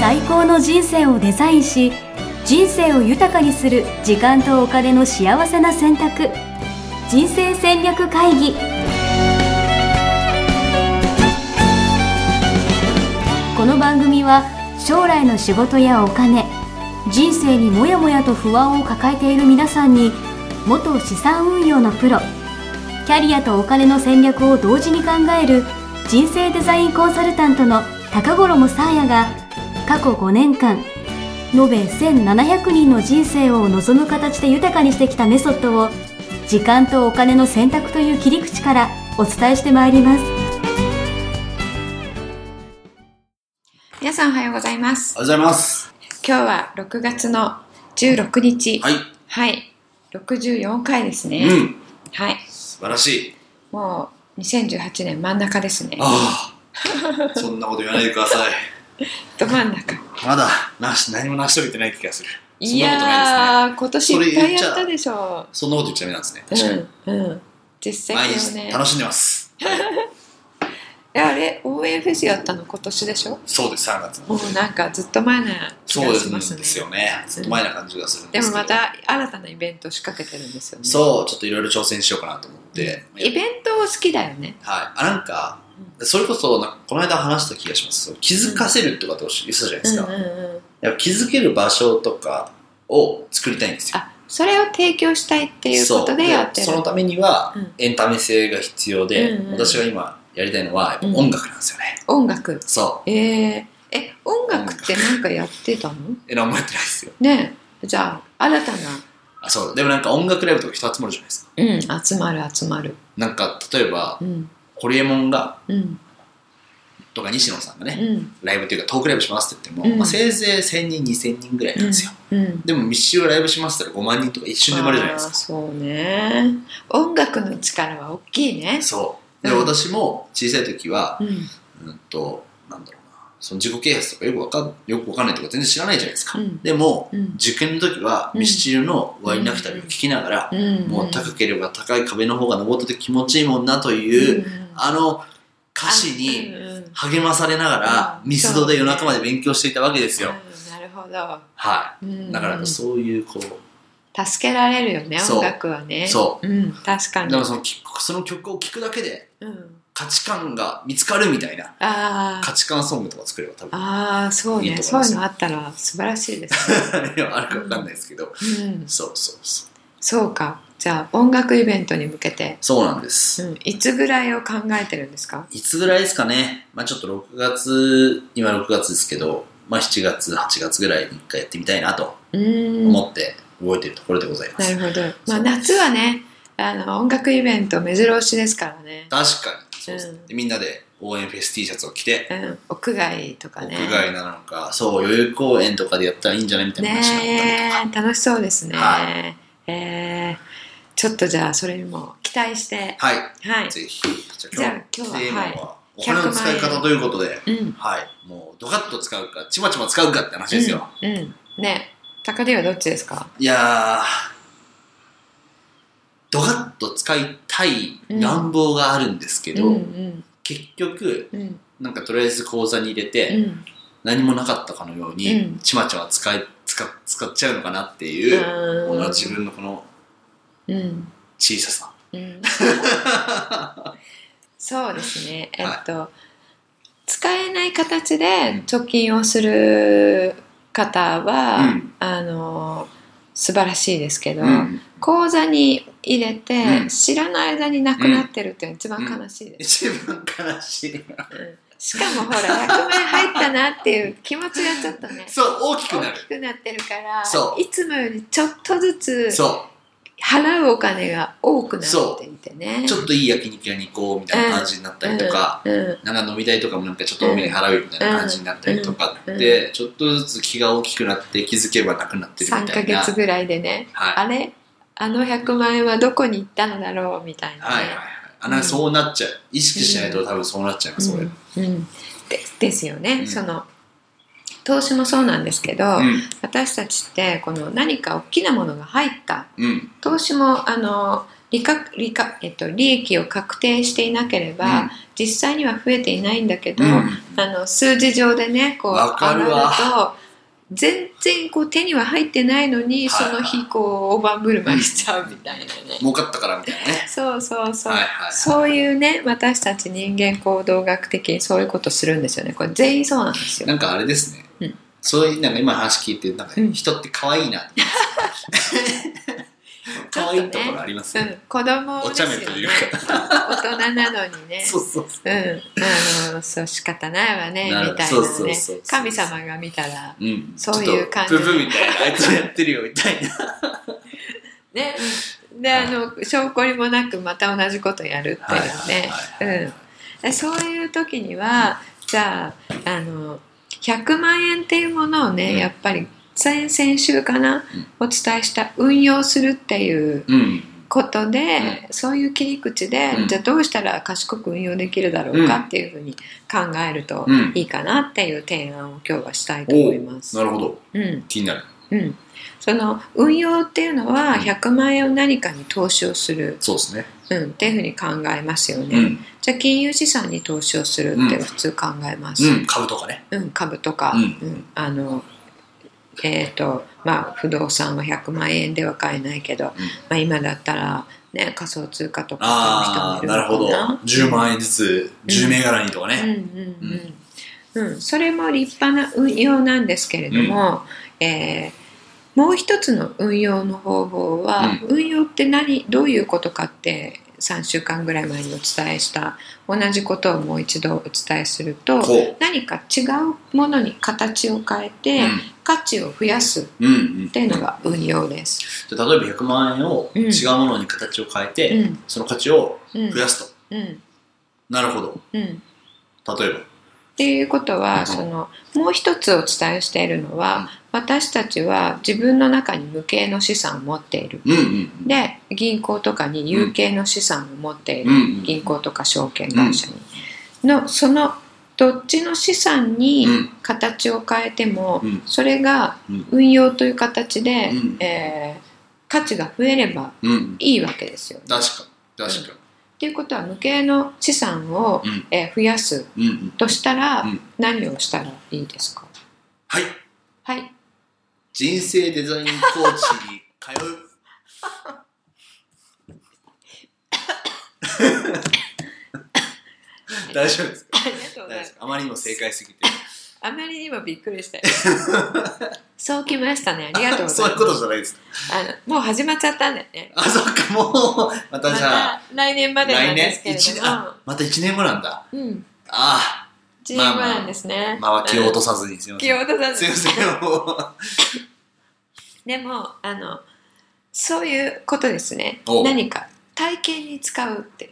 最高の人生をデザインし、人生を豊かにする時間とお金の幸せな選択、人生戦略会議。この番組は将来の仕事やお金、人生にもやもやと不安を抱えている皆さんに、元資産運用のプロ、キャリアとお金の戦略を同時に考える人生デザインコンサルタントの高頃もさあやが、過去5年間延べ1700人の人生を望む形で豊かにしてきたメソッドを、時間とお金の選択という切り口からお伝えしてまいります。 皆さんおはようございます。 おはようございます。 今日は6月の16日。 はい。 はい。64回ですね。はい。 素晴らしい。 もう2018年真ん中ですね。 ああ。そんなこと言わないでください。 ど真ん中。 まだ何も成し遂げてない気がする。 いやー、 そんなことないですね。 今年いっぱいやったでしょ。 そんなこと言っちゃダメなんですね。確かに。 実績をね。 毎日楽しんでます。 あれ、応援フェスやったの今年でしょ。 そうです、3月の。 もうなんかずっと前な気がしますね。 そうですよね。ずっと前な感じがするんですけど。 でもまた新たなイベントを仕掛けてるんですよね。 そう、ちょっといろいろ挑戦しようかなと思って。 イベント好きだよね。 はい。なんか、それこそこの間話した気がします。気づかせるってことを言ってたじゃないですか。やっぱ気づける場所とかを作りたいんですよ。 それを提供したいっていうことでやってる。 そのためにはエンタメ性が必要で、私が今やりたいのはやっぱ音楽なんですよね。 音楽。 そう。 音楽って何かやってたの？ 何もやってないですよ。 ねえ。じゃあ新たな。 そう。でもなんか音楽ライブとか人集まるじゃないですか。 集まる。 なんか例えば、ホリエモンが、とか西野さんがね、ライブというかトークライブしますって言っても、せいぜい1000人2000人ぐらいなんですよ。でも密集ライブしますって言ったら5万人とか一瞬で生まれるじゃないですか。 そうね。音楽の力は大きいね。 そう。で、私も小さい時は、なんだろうな、その自己啓発とかよくわかんないとか全然知らないじゃないですか。でも、受験の時はミスチルのワインナフ旅を聞きながら、もう高ければ高い壁の方が登ってて気持ちいいもんなという、歌詞に励まされながらミスドで夜中まで勉強していたわけですよ。 なるほど。 はい。だからそういう助けられるよね、音楽はね。そう。確かに。 でもその曲を聴くだけで価値観が見つかるみたいな価値観ソングとか作れば多分そうね。そういうのあったら素晴らしいですね。 いや、あるか分かんないですけど。 そうか。じゃあ音楽イベントに向けて。 そうなんです。 いつぐらいを考えてるんですか？ いつぐらいですかね。ちょっと今6月ですけど、7月8月ぐらいに1回やってみたいなと思って動いているところでございます。 なるほど。夏はね、音楽イベント目白押しですからね。 確かにそうですね。みんなで応援フェス T シャツを着て、 屋外とかね。 屋外なのか、そう代々木公園とかでやったらいいんじゃないみたいな話があったりとか。 楽しそうですね。ちょっとじゃあそれにも期待して、 ぜひ。 じゃあ今日はテーマはお金の使い方ということで、もうドカッと使うかちまちま使うかって話ですよ。 ね、高利はどっちですか？ いやドカッと使いたい願望があるんですけど、結局なんかとりあえず口座に入れて、何もなかったかのようにちまちま使っちゃうのかなっていう、自分のこの小ささ。 そうですね。使えない形で貯金をする方は、素晴らしいですけど、口座に入れて、知らない間になくなってるっていうのが一番悲しいです。 一番悲しい。 しかもほら100万円入ったなっていう気持ちがちょっとね、 大きくなってるから、いつもよりちょっとずつ払うお金が多くなっていてね、 ちょっといい焼肉屋に行こうみたいな感じになったりとか、なんか飲み代とかもなんかちょっと多めに払うみたいな感じになったりとかで、ちょっとずつ気が大きくなって気づけばなくなってるみたいな。 3ヶ月ぐらいでね、あれあの100万円はどこに行ったのだろうみたいなね。 そうなっちゃう。意識しないと多分そうなっちゃいます。 ですよね。その投資もそうなんですけど、私たちってこの何か大きなものが入った、投資も利益を確定していなければ、実際には増えていないんだけど、数字上でねこう上がると全然こう手には入ってないのに、その日こう大盤振る舞いしちゃうみたいなね、 儲かったからみたいなね。 そう、そういうね、私たち人間行動学的にそういうことするんですよね。これ全員そうなんですよ。 なんかあれですね、そういうなんか今の話聞いてなんか人って可愛いなって可愛いところありますね。 子供お茶目というか大人なのにね、そう仕方ないわねみたいなね、神様が見たらそういう感じブブみたいな、あいつやってるよみたいなね。で証拠にもなくまた同じことやるっていうね。そういう時にはじゃあ100万円っていうものをね、やっぱり先週かな、お伝えした運用するっていうことで、そういう切り口で、じゃあどうしたら賢く運用できるだろうかっていうふうに考えるといいかなっていう提案を今日はしたいと思います。 なるほど、気になる。 その運用っていうのは100万円を何かに投資をする、 そうですね、 っていうふうに考えますよね。じゃあ金融資産に投資をするって普通考えます。 株とかね。 株とか、不動産は100万円では買えないけど、今だったら、ね、仮想通貨とか買う人もいるのかな。 なるほど。10万円ずつ10銘柄にとかね。 それも立派な運用なんですけれども、もう一つの運用の方法は、運用ってどういうことかって3週間ぐらい前にお伝えした同じことをもう一度お伝えすると、何か違うものに形を変えて、価値を増やすっていうのが運用です。 じゃあ例えば100万円を違うものに形を変えて、その価値を増やすと、なるほど、例えばっていうことは、もう一つお伝えしているのは、私たちは自分の中に無形の資産を持っている、で銀行とかに有形の資産を持っている、銀行とか証券会社に、そのどっちの資産に形を変えても、それが運用という形で、価値が増えればいいわけですよね。 確かにっていうことは、無形の資産を、増やすとしたら、何をしたらいいですか？ はい、人生デザインコーチに通う大丈夫ですか？ ありがとうございます。 あまりにも正解すぎてあまりにもびっくりしたよそうきましたね。ありがとうございます。 そういうことじゃないですか。 もう始まっちゃったんだよね。 そっか、もうまたじゃあ、 来年までなんですけれども、 また1年後なんだ。 1年後なんですね。 気を落とさずに、すいません。 気を落とさずに。 すいません。 でもそういうことですね。何か体験に使うっていう。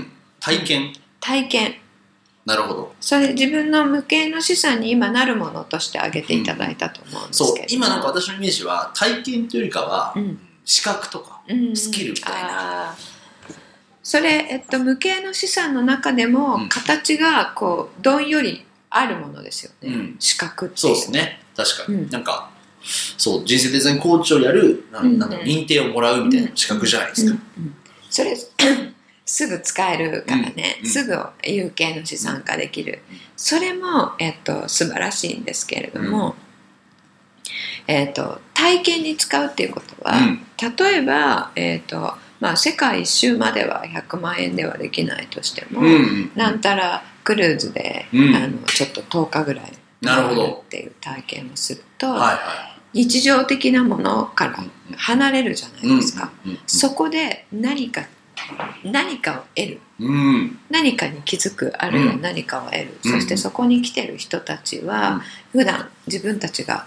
体験。なるほど。それ自分の無形の資産に今なるものとして挙げていただいたと思うんですけど、 そう、今なんか私のイメージは体験というよりかは、資格とか、スキルみたいな。 それ、無形の資産の中でも形がこうどんよりあるものですよね。資格っていう。 そうですね。確かに。なんかそう、人生デザインコーチをやる認定をもらうみたいな資格じゃないですか。 それすぐ使えるからね、すぐ有形の資産化できる、それも、素晴らしいんですけれども、体験に使うっていうことは、例えば、世界一周までは100万円ではできないとしても、なんたらクルーズで、ちょっと10日ぐらい回るっていう体験をすると、日常的なものから離れるじゃないですか。そこで何かを得る、何かに気づく、あるいは何かを得る、そしてそこに来てる人たちは、普段自分たちが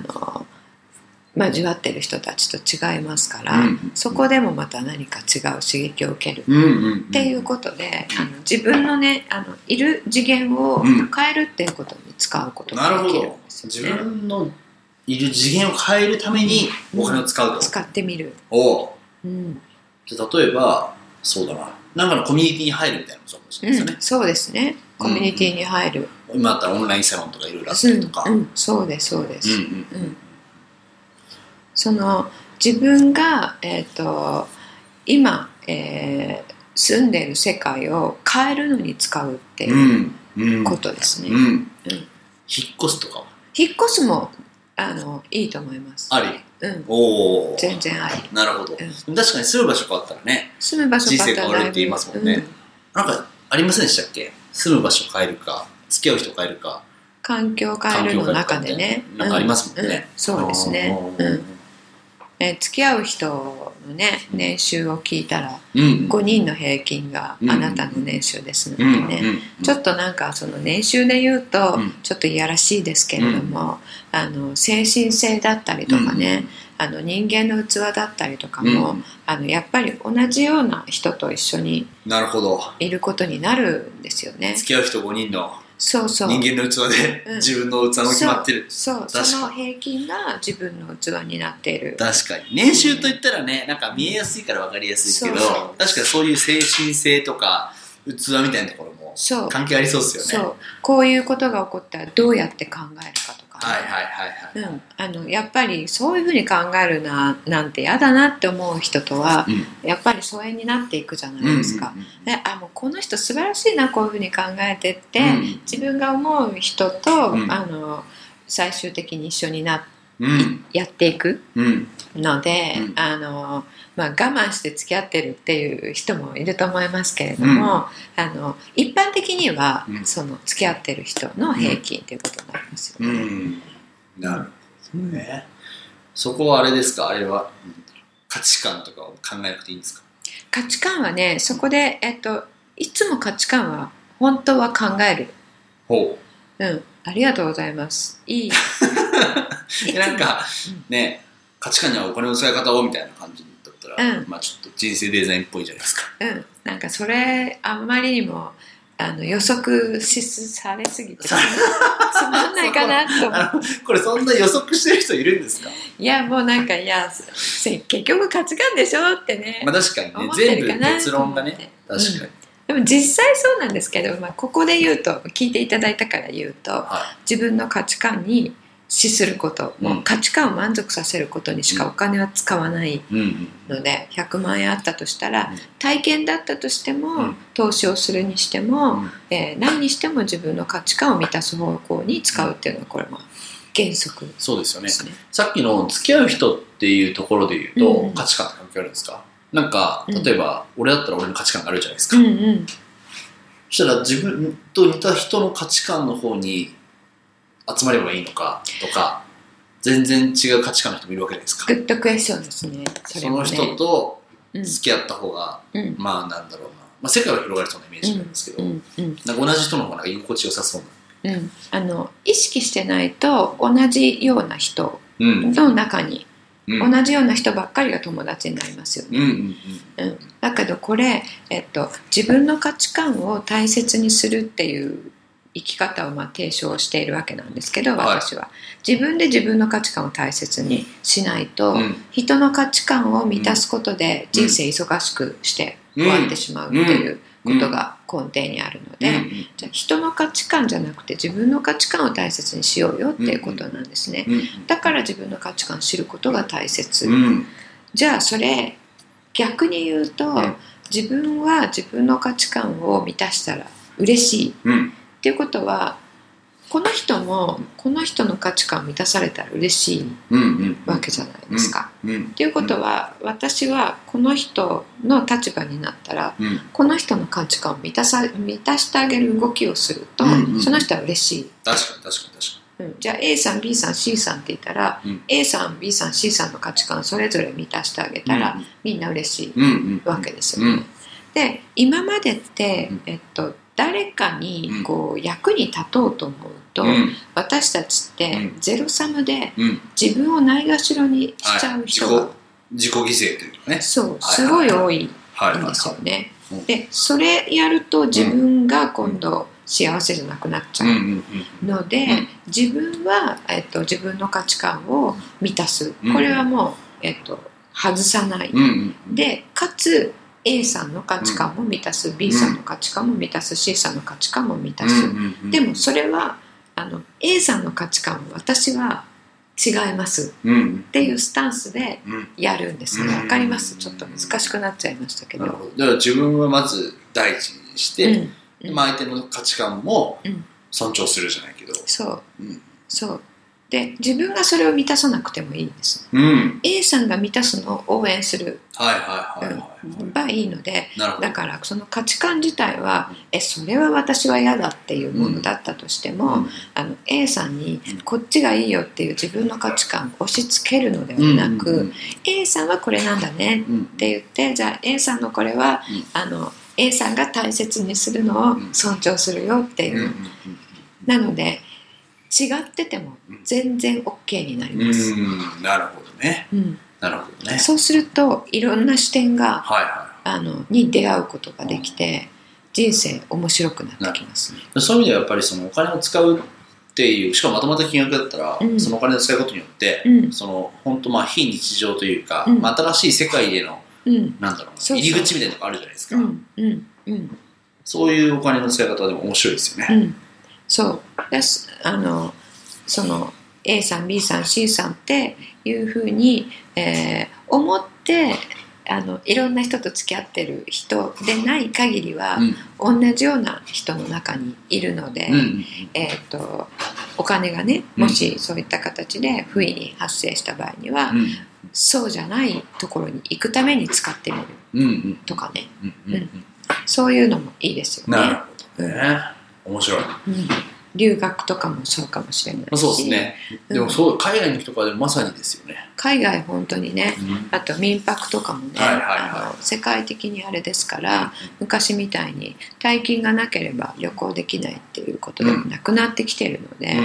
交わってる人たちと違いますから、そこでもまた何か違う刺激を受けるっていうことで、自分のねいる次元を変えるっていうことに使うことができるんですよね。 自分のいる次元を変えるためにお金を使うと、 使ってみる。 じゃあ例えばそうだな、なんかのコミュニティに入るみたいなことかもしれないですよね。 そうですね。コミュニティに入る。 今だったらオンラインサロンとかいろいろあったりとか。 そうですそうです。その自分が今住んでる世界を変えるのに使うっていうことですね。引っ越すとかは？ 引っ越すもいいと思います。 あり？ おー、全然あり。 なるほど、確かに住む場所変わったらね、 住む場所変わったら人生変わるって言いますもんね、なんかありませんでしたっけ？住む場所変えるか付き合う人変えるか環境変えるの中でね、 なんかありますもんね、 そうですね、付き合う人のね年収を聞いたら、5人の平均があなたの年収ですのでね、ちょっとなんかその年収で言うとちょっといやらしいですけれども、精神性だったりとかね、人間の器だったりとかも、やっぱり同じような人と一緒にいることになるんですよね。 付き合う人5人のそうそう、 人間の器で自分の器も決まってる、 その平均が自分の器になっている。 確かに年収といったらね、なんか見えやすいから分かりやすいけど、確かにそういう精神性とか器みたいなところも関係ありそうですよね。 そうこういうことが起こったらどうやって考えるかとか、やっぱりそういうふうに考えるなんて嫌だなって思う人とは、やっぱり疎遠になっていくじゃないですか。で、もうこの人素晴らしいな、こういうふうに考えてって、自分が思う人と、最終的に一緒にやっていくので、我慢して付き合ってるっていう人もいると思いますけれども、一般的には、その付き合ってる人の平均ということになりますよね。 なるほどね。そこはあれですか、あれは価値観とかを考えなくていいんですか？ 価値観はね、そこで、いつも価値観は本当は考える。ありがとうございます。いいなんかね、価値観にはお金の使い方をみたいな感じだったら、ちょっと人生デザインっぽいじゃないですか。 なんかそれあんまりにも予測されすぎてつまんないかなと思う。 これそんな予測してる人いるんですか？ いや、もうなんか、結局価値観でしょってね、 確かにね、全部結論がね、確かに、 でも実際そうなんですけど、ここで言うと、聞いていただいたから言うと、自分の価値観に資すること、もう価値観を満足させることにしかお金は使わないので、100万円あったとしたら、体験だったとしても、投資をするにしても、何にしても自分の価値観を満たす方向に使うっていうのは、これも原則ですね。 そうですよね。さっきの付き合う人っていうところで言うと、価値観って関係あるんですか？なんか例えば、俺だったら俺の価値観があるじゃないですか。そしたら自分と似た人の価値観の方に集まればいいのかとか、全然違う価値観の人もいるわけじゃないですか。 グッドクエスチョンですね。 その人と付き合った方が、なんだろうな、世界は広がりそうなイメージなんですけど、なんか同じ人の方が居心地よさそうな。 意識してないと同じような人の中に、同じような人ばっかりが友達になりますよね。だけどこれ、自分の価値観を大切にするっていう生き方を提唱しているわけなんですけど、私は自分で自分の価値観を大切にしないと、人の価値観を満たすことで人生忙しくして終わってしまうっていうことが根底にあるので、じゃあ人の価値観じゃなくて自分の価値観を大切にしようよっていうことなんですね。だから自分の価値観を知ることが大切。じゃあそれ逆に言うと、自分は自分の価値観を満たしたら嬉しいっていうことは、この人もこの人の価値観を満たされたら嬉しいわけじゃないですか。っていうことは、私はこの人の立場になったら、この人の価値観を満たしてあげる動きをすると、その人は嬉しい。 確かに。 じゃあ A さん B さん C さんって言ったら、A さん B さん C さんの価値観それぞれ満たしてあげたら、みんな嬉しいわけですよね。で、今までって、誰かに役に立とうと思うと、私たちってゼロサムで自分をないがしろにしちゃう人が、 自己犠牲というかね、 そうすごい多いんですよね。でそれやると自分が今度幸せじゃなくなっちゃうので、自分は、自分の価値観を満たす、これはもう、外さない、でかつA さんの価値観も満たす、B さんの価値観も満たす、C さんの価値観も満たす。でもそれはA さんの価値観を私は違いますっていうスタンスでやるんですね。わかります？ちょっと難しくなっちゃいましたけど。 なるほど。だから自分はまず第一にして、相手の価値観も尊重するじゃないけど。 そう。そう。で、自分がそれを満たさなくてもいいんです。A さんが満たすのを応援するばいいので、だからその価値観自体はそれは私は嫌だっていうものだったとしても、A さんにこっちがいいよっていう自分の価値観を押し付けるのではなく、A さんはこれなんだねって言って、じゃあ A さんのこれはA さんが大切にするのを尊重するよっていう。なので違ってても全然 OK になります。 なるほどね。なるほどね。 そうするといろんな視点が、に出会うことができて、人生面白くなってきます、ね。 そういう意味ではやっぱりそのお金を使うっていう、しかもまとまった金額だったら、そのお金を使うことによって、その本当非日常というか、新しい世界への、なんだろう、入り口みたいなのがあるじゃないですか。そういうお金の使い方はでも面白いですよね。 そうです。その A さん B さん C さんっていうふうに、思っていろんな人と付き合ってる人でない限りは、同じような人の中にいるので、お金がね、もしそういった形で不意に発生した場合には、そうじゃないところに行くために使ってみるとかね、そういうのもいいですよね。 なるほどね。面白い。 留学とかもそうかもしれないし。 そうですね。でもそう、海外の人とかでもまさにですよね。 海外本当にね、あと民泊とかもね、世界的にあれですから、昔みたいに大金がなければ旅行できないっていうことでもなくなってきてるので、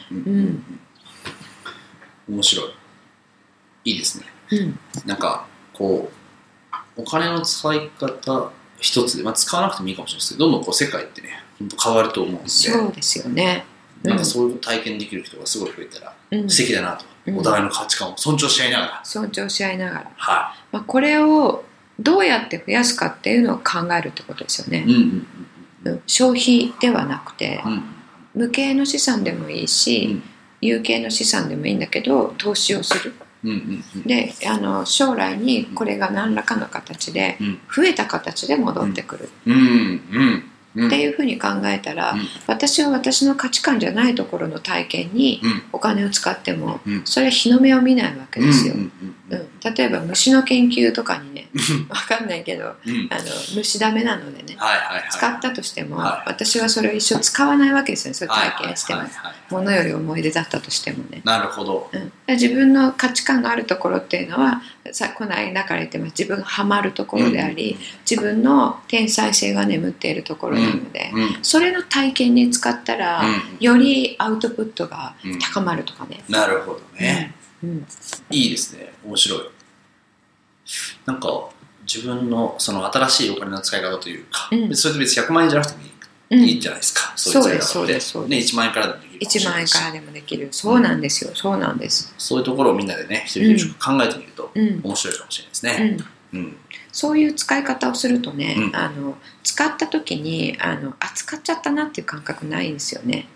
面白い。いいですね。なんかこうお金の使い方一つで、使わなくてもいいかもしれないですけど、どんどんこう世界ってね本当変わると思うんで、 そうですよね。 なんかそういう体験できる人がすごい増えたら素敵だなと、お互いの価値観を尊重し合いながら、これをどうやって増やすかっていうのを考えるってことですよね。消費ではなくて、無形の資産でもいいし、有形の資産でもいいんだけど投資をする。で将来にこれが何らかの形で増えた形で戻ってくるっていうふうに考えたら、私は私の価値観じゃないところの体験にお金を使ってもそれは日の目を見ないわけですよ。例えば虫の研究とかにね、分かんないけど、虫ダメなのでね、使ったとしても私はそれを一生使わないわけですよね。それ体験しても物より思い出だったとしてもね。なるほど。 自分の価値観があるところっていうのはこの間から言ってます、自分がハマるところであり、自分の天才性が眠っているところなので、それの体験に使ったら、よりアウトプットが高まるとかね。 なるほどね。いいですね。面白い。なんか自分のその新しいお金の使い方というか、それと別に100万円じゃなくてもいいんじゃないですか。 そうですそうです。 1万円からでもできる。 1万円からでもできる。そうなんですよ。そうなんです。 そういうところをみんなでね、一人一人考えてみると面白いかもしれないですね。 そういう使い方をするとね、使った時に使っちゃったなっていう感覚ないんですよね。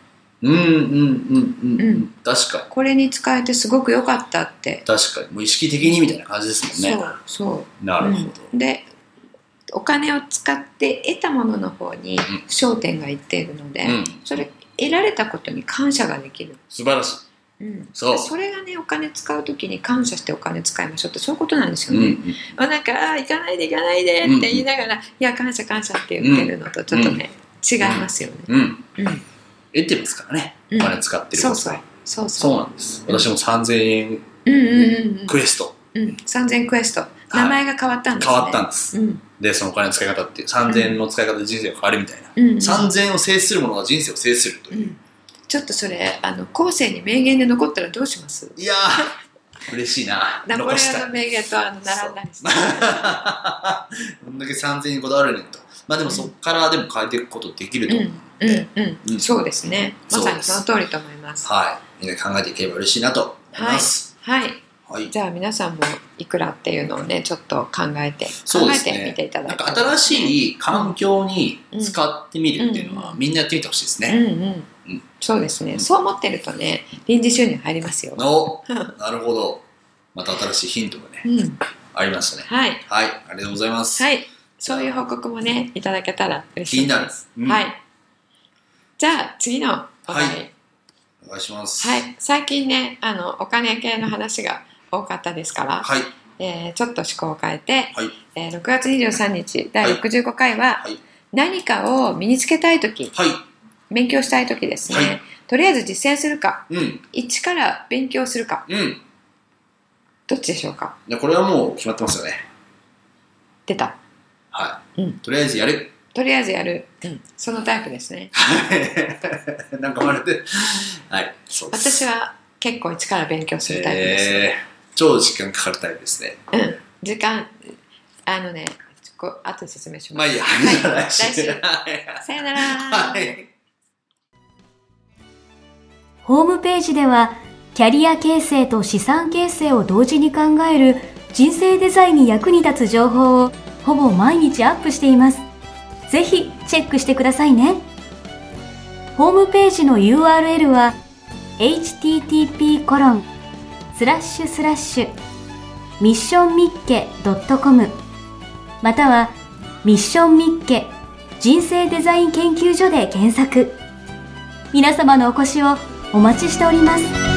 確かにこれに使えてすごく良かったって。 確かにもう意識的にみたいな感じですもんね。 そうなるほど。 でお金を使って得たものの方に焦点がいっているので、それ得られたことに感謝ができる。 素晴らしい。 それがね、お金使うときに感謝してお金使いましょうって、そういうことなんですよね。なんか行かないで行かないでって言いながら、いや感謝感謝って言ってるのとちょっとね、違いますよね。 得てますからね、お金使ってること。そうなんです。私も3000円クエスト、 3000円クエスト、名前が変わったんですね。 変わったんです。でそのお金の使い方っていう3000円の使い方で人生が変わるみたいな、3000円を制するものが人生を制するという。 ちょっとそれ後世に名言で残ったらどうします？ いやー嬉しいな。 ナポレオンの名言と並んだりしてどんだけ3000円にこだわるねんと。でもそこからでも変えていくことできると思うので、 そうですね。まさにその通りと思います。 みんなで考えていければ嬉しいなと思います。 じゃあ皆さんもいくらっていうのをねちょっと考えてみていただいて、 新しい環境に使ってみるっていうのはみんなやってみてほしいですね。 そうですね。そう思ってるとね、臨時収入入りますよ。 なるほど。また新しいヒントがね、ありましたね。はい。はい。ありがとうございます。 はい。そういう報告もね、いただけたら嬉しいです。気になる。はい。じゃあ、次のお題。はい。 お願いします。 はい。最近ね、お金系の話が多かったですから、はい。ちょっと趣向を変えて、はい。6月23日、第65回は、はい。何かを身につけたいとき、はい。勉強したいときですね、はい。とりあえず実践するか、一から勉強するか、どっちでしょうか。 これはもう決まってますよね。 出た。 はい。とりあえずやる。 とりあえずやる。そのタイプですね。 なんかまるで、はい、そうです。 私は結構一から勉強するタイプです。 超時間かかるタイプですね。 時間、後で説明します。 まあいいや、 来週。さよなら。はい。 ホームページでは、キャリア形成と資産形成を同時に考える人生デザインに役に立つ情報をほぼ毎日アップしています。ぜひチェックしてくださいね。ホームページの URL は http://missionmicke.com またはミッションミッケ人生デザイン研究所で検索。皆様のお越しをお待ちしております。